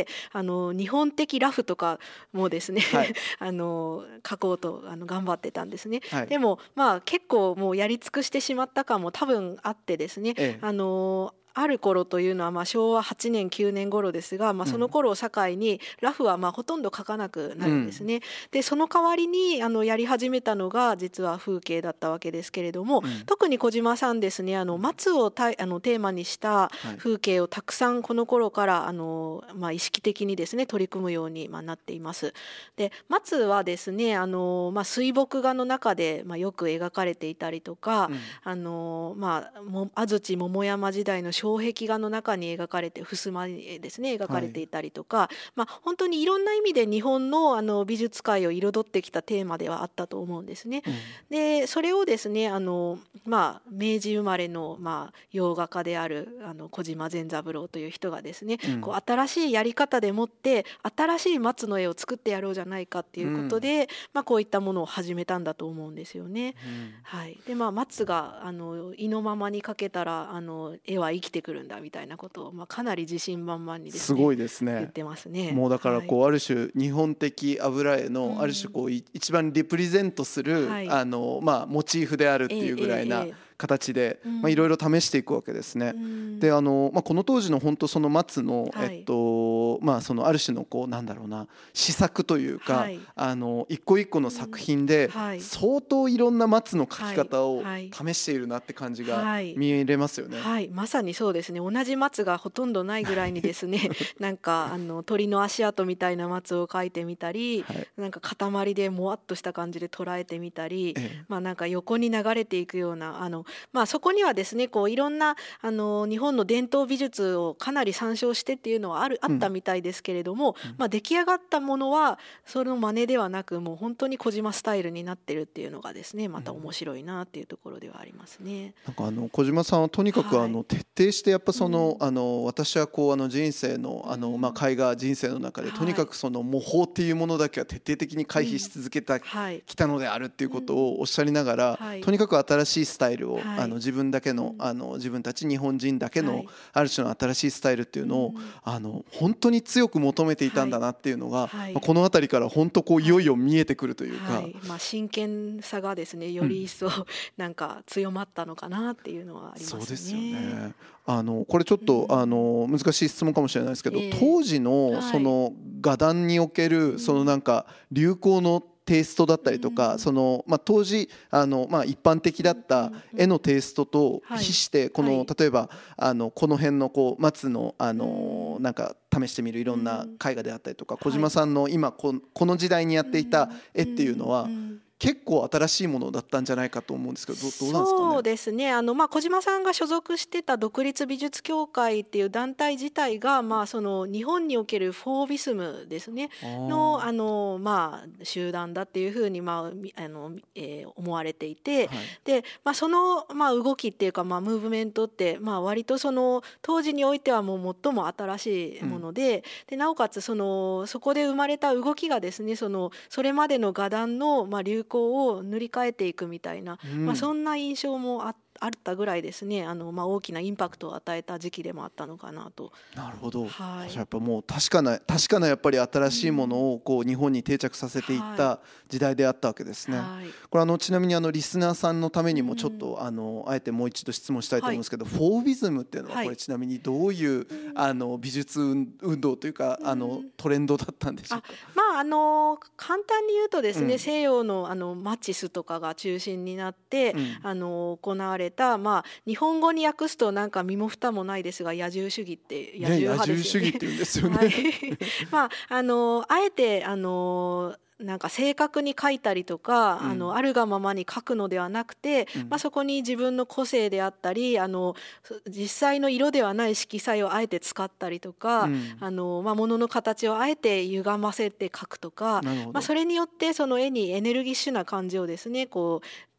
であの日本的ラフとかもですね、はい、あの描こうとあの頑張ってたんですね、はい、でもまあ結構もうやり尽くしてしまった感も多分あってですね、ええ、あのある頃というのはまあしょうわはちねんきゅうねん頃ですが、まあ、その頃を境にラフはまあほとんど描かなくなるんですね、うん、でその代わりにあのやり始めたのが実は風景だったわけですけれども、うん、特に小島さんですねあの松をたあのテーマにした風景をたくさんこの頃からあの、まあ、意識的にですね取り組むようにまあなっています。で松はですねあの、まあ、水墨画の中でまあよく描かれていたりとか、うん、あのまあ、も安土桃山時代の障壁画の中に描かれて襖絵ですね描かれていたりとか、はい、まあ、本当にいろんな意味で日本 の, あの美術界を彩ってきたテーマではあったと思うんですね、うん、でそれをですねあの、まあ、明治生まれの、まあ、洋画家であるあの小島善三郎という人がですね、うん、こう新しいやり方でもって新しい松の絵を作ってやろうじゃないかっていうことで、うん、まあ、こういったものを始めたんだと思うんですよね、うん、はい、でまあ、松があの意のままに描けたらあの絵は生きてくるんだみたいなことを、まあ、かなり自信満々にですね、 すごいですね、 言ってますね。 もうだからこう、はい、ある種日本的油絵のある種こう、うん、一番リプレゼントする、はい、あのまあ、モチーフであるっていうぐらいな、えーえー形でいろいろ試していくわけですね、うん、であの、まあ、この当時の本当その松の、はい、えっとまあ、そのある種のこうなんだろうな試作というか、はい、あの一個一個の作品で相当いろんな松の描き方を試しているなって感じが見れますよね、 はいはいはい、まさにそうですね。同じ松がほとんどないぐらいにですねなんかあの鳥の足跡みたいな松を描いてみたり、はい、なんか塊でもわっとした感じで捉えてみたり、ええ、まあ、なんか横に流れていくようなあのまあ、そこにはですねこういろんなあの日本の伝統美術をかなり参照してっていうのはある、あったみたいですけれども、うん、まあ、出来上がったものはその真似ではなくもう本当に小島スタイルになってるっていうのがですねまた面白いなっていうところではありますね。 なんかあの小島さんはとにかくあの徹底してやっぱその、うん、あの私はこうあの人生のあのまあ絵画人生の中でとにかくその模倣っていうものだけは徹底的に回避し続けた、うん、はい、きたのであるっていうことをおっしゃりながら、はい、とにかく新しいスタイルを、はい、あの自分だけの、あの自分たち日本人だけのある種の新しいスタイルっていうのを、あの本当に強く求めていたんだなっていうのが、はいはい、この辺りから本当こういよいよ見えてくるというか、はいはい、 まあ、真剣さがですねより一層なんか強まったのかなっていうのはありますね。 そうですよね。あのこれちょっと、うん、あの難しい質問かもしれないですけど、えー、当時のその画壇におけるそのなんか流行のテイストだったりとか、うん、そのまあ、当時あの、まあ、一般的だった絵のテイストと比してこの、はい、例えばあのこの辺のこう松の、あのなんか試してみるいろんな絵画であったりとか、小島さんの今ここの時代にやっていた絵っていうのは結構新しいものだったんじゃないかと思うんですけど、 ど, どうなんですかね。 そうですね。あの、まあ、小島さんが所属してた独立美術協会っていう団体自体が、まあ、その日本におけるフォービスムですねの、あの、まあ、集団だっていうふうに、まああのえー、思われていて、はい、で、まあ、その、まあ、動きっていうか、まあ、ムーブメントって、まあ、割とその当時においてはもう最も新しいもので、うん、でなおかつそのそこで生まれた動きがですねそのそれまでの画壇の、まあ、流行を塗り替えていくみたいな、うん、まあ、そんな印象もああったぐらいですね。あの、まあ、大きなインパクトを与えた時期でもあったのかなと。 なるほど、はい、やっぱもう確かな確かなやっぱり新しいものをこう日本に定着させていった時代であったわけですね、はい、これあのちなみにあのリスナーさんのためにもちょっと、うん、あのあえてもう一度質問したいと思うんですけど、はい、フォービズムっていうのはこれちなみにどういう、はい、あの美術運動というか、うん、あのトレンドだったんでしょうか。 あ、まあ、あの簡単に言うとですね、うん、西洋 の, あのマチスとかが中心になって、うん、あの行われた、まあ、日本語に訳すとなんか身も蓋もないですが野獣主義って野獣派ですよね。 野獣主義って言うんですよね、 はい、まあ、あのあえてあのなんか正確に描いたりとか、うん、あのあるがままに描くのではなくて、うん、まあ、そこに自分の個性であったりあの実際の色ではない色彩をあえて使ったりとか、うん、あのまあ、物の形をあえて歪ませて描くとか、まあ、それによってその絵にエネルギッシュな感じをですねこう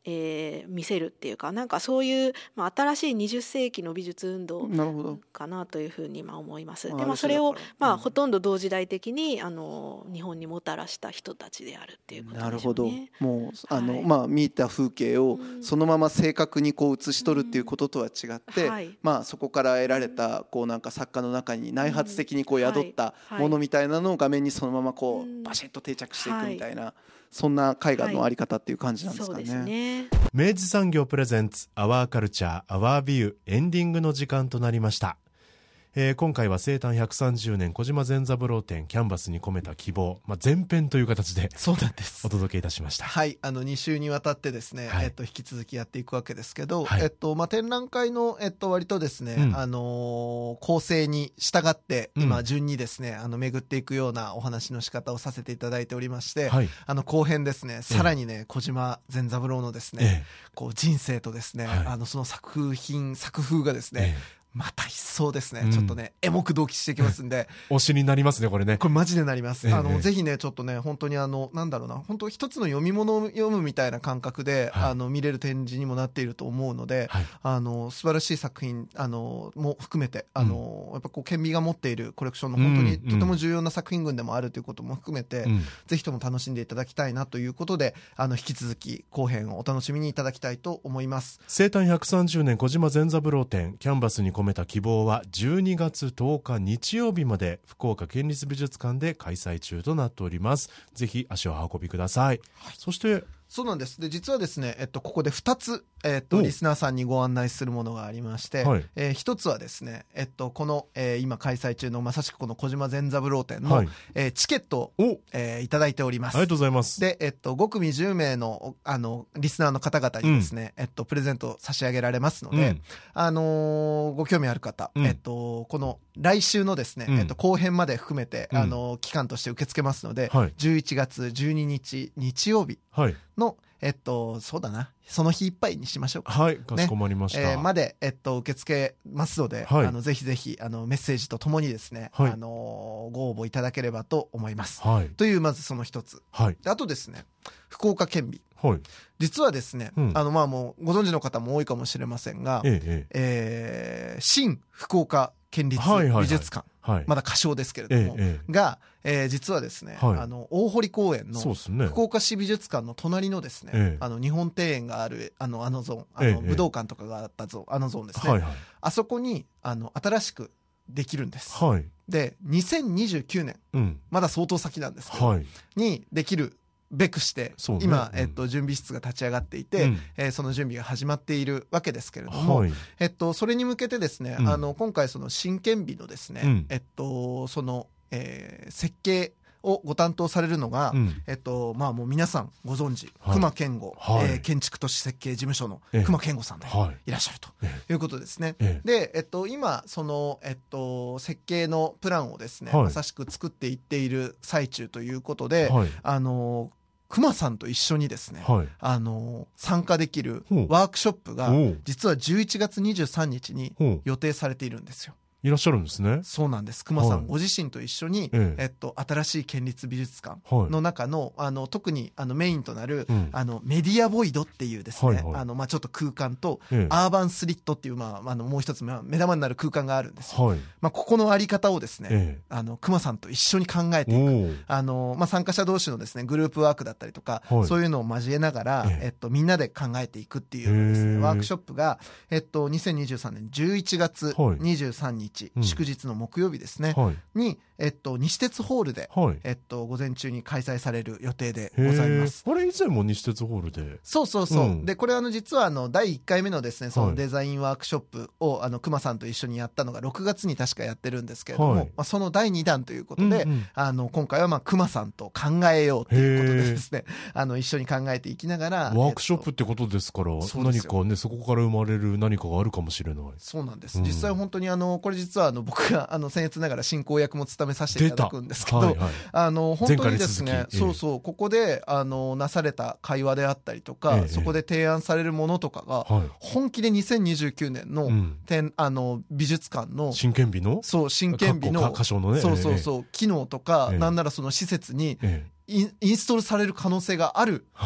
えー、見せるっていうか、なんかそういう、まあ、新しいにじゅっせいきの美術運動かなというふうにまあ思います。で、まあ、それを、まあ、ほとんど同時代的にあの日本にもたらした人たちであるっていうことでしょうね。 なるほど。もうあの、はい、まあ、見た風景をそのまま正確にこう写し取るっていうこととは違って、うんはい、まあ、そこから得られたこうなんか作家の中に内発的にこう宿ったものみたいなのを画面にそのままこうバシッと定着していくみたいな、はい、そんな絵画のあり方っていう感じなんですかね。はい、そうですね。 明治産業プレゼンツアワーカルチャーアワービュー、エンディングの時間となりました。えー、今回は生誕ひゃくさんじゅうねん小島善三郎展キャンバスに込めた希望、まあ、前編という形でそうなんですお届けいたしました。 はい、あのに週にわたってですね、はい、えっと、引き続きやっていくわけですけど、はい、えっとまあ、展覧会の、えっと、割とですね、うん、あのー、構成に従って今順にですね、うん、あの巡っていくようなお話の仕方をさせていただいておりまして、はい、あの後編ですね、さらにね、ええ、小島善三郎のですね、ええ、こう人生とですね、はい、あのその作品作風がですね、ええ、また一層ですね、うん、ちょっとねエモく同期してきますんで推しになりますねこれね。 これマジでなります、ええ、あのぜひねちょっとね本当にあのなんだろうな本当一つの読み物を読むみたいな感覚で、はい、あの見れる展示にもなっていると思うので、はい、あの素晴らしい作品あのも含めてあの、うん、やっぱこう県民が持っているコレクションの本当にとても重要な作品群でもあるということも含めて、うん、ぜひとも楽しんでいただきたいなということであの引き続き後編をお楽しみにいただきたいと思います。 生誕ひゃくさんじゅうねん小島善三郎展キャンバスに込めた希望はじゅうにがつとおか日曜日まで福岡県立美術館で開催中となっております。ぜひ足を運びください、はい、そしてそうなんです。で実はですね、えっと、ここでふたつ、えっと、リスナーさんにご案内するものがありまして、はい、えー、ひとつはですね、えっと、この、えー、今開催中のまさしくこの小島善三郎展の、はい、えー、チケットを、えー、いただいております。 ありがとうございます。 で、えっと、ご組じゅうめいの、あのリスナーの方々にですね、うん、えっと、プレゼント差し上げられますので、うん、あのー、ご興味ある方、うん、えっと、この来週のですね、うん、えっと、後編まで含めて、うん、あの期間として受け付けますので、はい、じゅういちがつじゅうににち日曜日の、はい、えっと、そうだな、その日いっぱいにしましょうか。 はい、かしこまりました。 ね、えー、まで、えっと、受け付けますので、はい、あのぜひぜひあのメッセージとともにですね、はい、あのご応募いただければと思います。はい、というまずその一つ。はい、あとですね、福岡県美。はい、実はですね、うん、あのまあもうご存知の方も多いかもしれませんが、えええー、新福岡県立美術館、はいはいはい、まだ仮称ですけれども、ええが、えー、実はですね、はい、あの大堀公園の福岡市美術館の隣のですね、ええ、あの日本庭園があるあのあのゾーン、あの武道館とかがあったゾーン、あのゾーンですね、はいはい、あそこにあの新しくできるんです、はい、でにせんにじゅうきゅうねん、うん、まだ相当先なんですけど、はい、にできるべくして、ね、今、えっと、準備室が立ち上がっていて、うん、えー、その準備が始まっているわけですけれども、はい、えっと、それに向けてですね、うん、あの今回その新県美のですね、うん、えっと、その、えー、設計をご担当されるのが、うん、えっとまあ、もう皆さんご存知、はい、隈研吾、はい、えー、建築都市設計事務所の隈研吾さんでいらっしゃるということですね、ええで、えっと、今その、えっと、設計のプランをですね、はい、まさしく作っていっている最中ということで、はい、あの隈さんと一緒にですね、はい、あの参加できるワークショップが実はじゅういちがつにじゅうさんにちに予定されているんですよ。 いらっしゃるんですね。 そうなんです。隈さんご自身と一緒に、はい、えっと、新しい県立美術館の中の、はい、あの特にあのメインとなる、うん、あのメディアボイドっていうですね、はいはい、あのまあ、ちょっと空間と、ええ、アーバンスリットっていう、まあ、あのもう一つ目玉になる空間があるんですよ、はい、まあ、ここのあり方をですね、ええ、あの隈さんと一緒に考えていくあの、まあ、参加者同士のですねグループワークだったりとか、はい、そういうのを交えながら、えええっと、みんなで考えていくっていうですね、ワークショップが、えっと、にせんにじゅうさんねんじゅういちがつにじゅうさんにち、はい、祝日の木曜日ですね、はい、に、えっと、西鉄ホールで、はい、えっと、午前中に開催される予定でございます。 あれ以前も西鉄ホールで、 そうそうそう、うん、でこれあの実はあのだいいっかいめのですねそのデザインワークショップを、はい、あの隈さんと一緒にやったのがろくがつに確かやってるんですけれども、はい、まあ、そのだいにだんということで、うんうん、あの今回はまあ隈さんと考えようということでですねあの一緒に考えていきながらワークショップってことですから、えっと、何かねそこから生まれる何かがあるかもしれない。 そうなんです、うん、実際本当にあのこれ実はあの僕があの僭越ながら進行役も務めさせていただくんですけど、はいはい、あの本当にですね、ええ、そうそうここであのなされた会話であったりとか、ええ、そこで提案されるものとかが、はい、本気でにせんにじゅうきゅうねんの、うん、あの美術館の新建美のそう新建美の箇所のね、 そうそうそう、ええ、機能とか、ええ、なんならその施設にイン、インストールされる可能性がある、はい、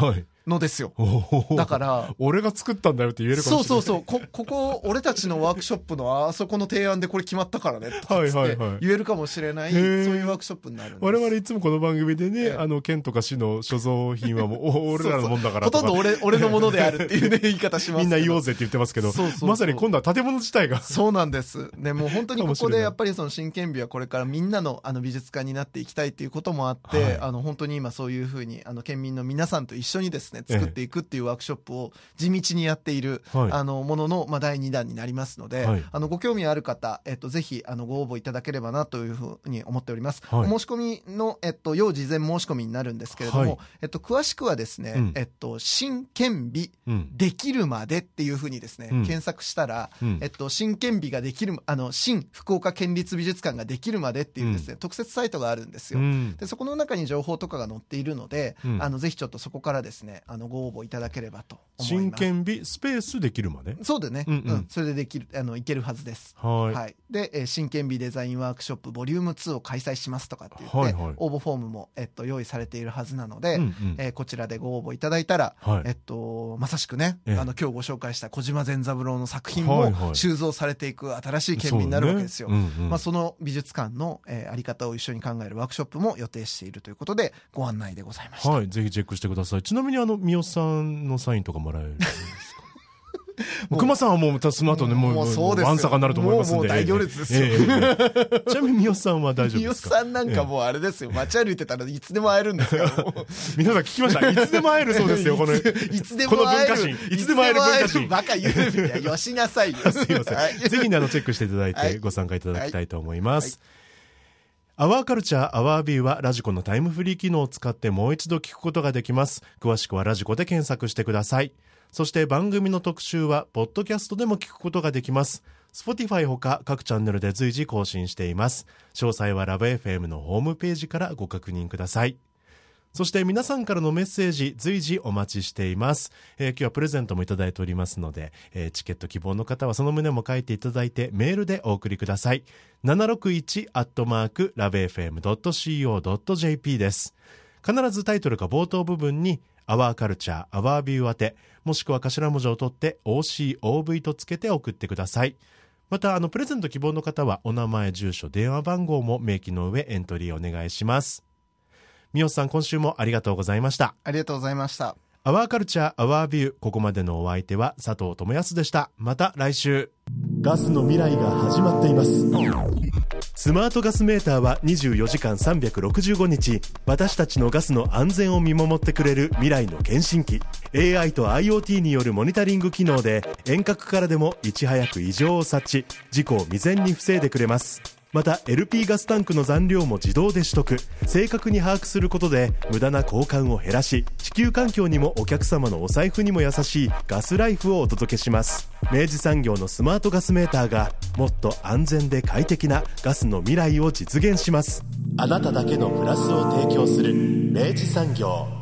のですよ。だから俺が作ったんだよって言えるかもしれない。 そうそうそう、こここ俺たちのワークショップのあそこの提案でこれ決まったからねとかって言えるかもしれない、そういうワークショップになるんです。 我々いつもこの番組でね、あの県とか市の所蔵品はもう俺らのもんだからとか、 ほとんど 俺, 俺のものであるっていう、ね、言い方しますけど、 みんな言おうぜって言ってますけど、そうそうそう、まさに今度は建物自体がそうなんです。でもう本当にここでやっぱりその真剣美はこれからみんなのあの美術館になっていきたいっていうこともあって、はい、あの本当に今そういうふうにあの県民の皆さんと一緒にですね作っていくっていうワークショップを地道にやっている、はい、あのものの、まあ、だいにだんになりますので、はい、あのご興味ある方、えっと、ぜひあのご応募いただければなというふうに思っております、はい、お申し込みの、えっと、要事前申し込みになるんですけれども、はい、えっと、詳しくはですね、うん、えっと、真剣美できるまでっていうふうにですね、うん、検索したら、うん、えっと、真剣美ができるあの新福岡県立美術館ができるまでっていうですね、うん、特設サイトがあるんですよ、うん、でそこの中に情報とかが載っているので、うん、あのぜひちょっとそこからですねあのご応募いただければと思います。 真剣美スペースできるまで、 そうでね、うんうんうん、それでできるあのいけるはずです。はい、はい、で、えー、真剣美デザインワークショップボリュームツーを開催しますとかって言って、はいはい、応募フォームも、えっと、用意されているはずなので、うんうん、えー、こちらでご応募いただいたら、はい、えっと、まさしくね、ええ、あの今日ご紹介した小島善三郎の作品も収蔵されていく新しい県民になるわけですよ。 そ,、ね、うんうん、まあ、その美術館の、えー、あり方を一緒に考えるワークショップも予定しているということでご案内でございました。 はい、ぜひチェックしてください。ちなみにあの三好さんのサインとかもらえるんですか？熊さんはもうスマートね、もうワンサカになると思いますんで、 もう大行列ですよ、えーえー、ちなみに三好さんは大丈夫ですか？ 三好さんなんかもうあれですよ、街歩いてたらいつでも会えるんですよ皆さん聞きました？いつでも会えるそうですよこのいつでも会える、この文化人、 いつでも会える文化人バカ言うみたいなよしなさいよすいません、はい、 ぜひ、ね、あのチェックしていただいてご参加いただきたいと思います、はいはい、アワーカルチャーアワービューはラジコのタイムフリー機能を使ってもう一度聞くことができます。詳しくはラジコで検索してください。そして番組の特集はポッドキャストでも聞くことができます。 Spotify ほか各チャンネルで随時更新しています。詳細はラブ エフエム のホームページからご確認ください。そして皆さんからのメッセージ随時お待ちしています、えー、今日はプレゼントもいただいておりますので、えー、チケット希望の方はその旨も書いていただいてメールでお送りください。ななろくいちアットマークラブエフエムドットシーオードットジェーピー です。必ずタイトルか冒頭部分にアワーカルチャーアワービュー宛て、もしくは頭文字を取って オーシーオーブイ とつけて送ってください。またあのプレゼント希望の方はお名前住所電話番号も明記の上エントリーお願いします。三好さん、今週もありがとうございました。 ありがとうございました。 アワーカルチャーアワービュー、ここまでのお相手は佐藤智康でした。また来週。ガスの未来が始まっています。スマートガスメーターはにじゅうよじかんさんびゃくろくじゅうごにち私たちのガスの安全を見守ってくれる未来の検診機。 エーアイ と アイオーティー によるモニタリング機能で遠隔からでもいち早く異常を察知、事故を未然に防いでくれます。また エルピー ガスタンクの残量も自動で取得、正確に把握することで無駄な交換を減らし、地球環境にもお客様のお財布にも優しいガスライフをお届けします。明治産業のスマートガスメーターがもっと安全で快適なガスの未来を実現します。あなただけのプラスを提供する明治産業。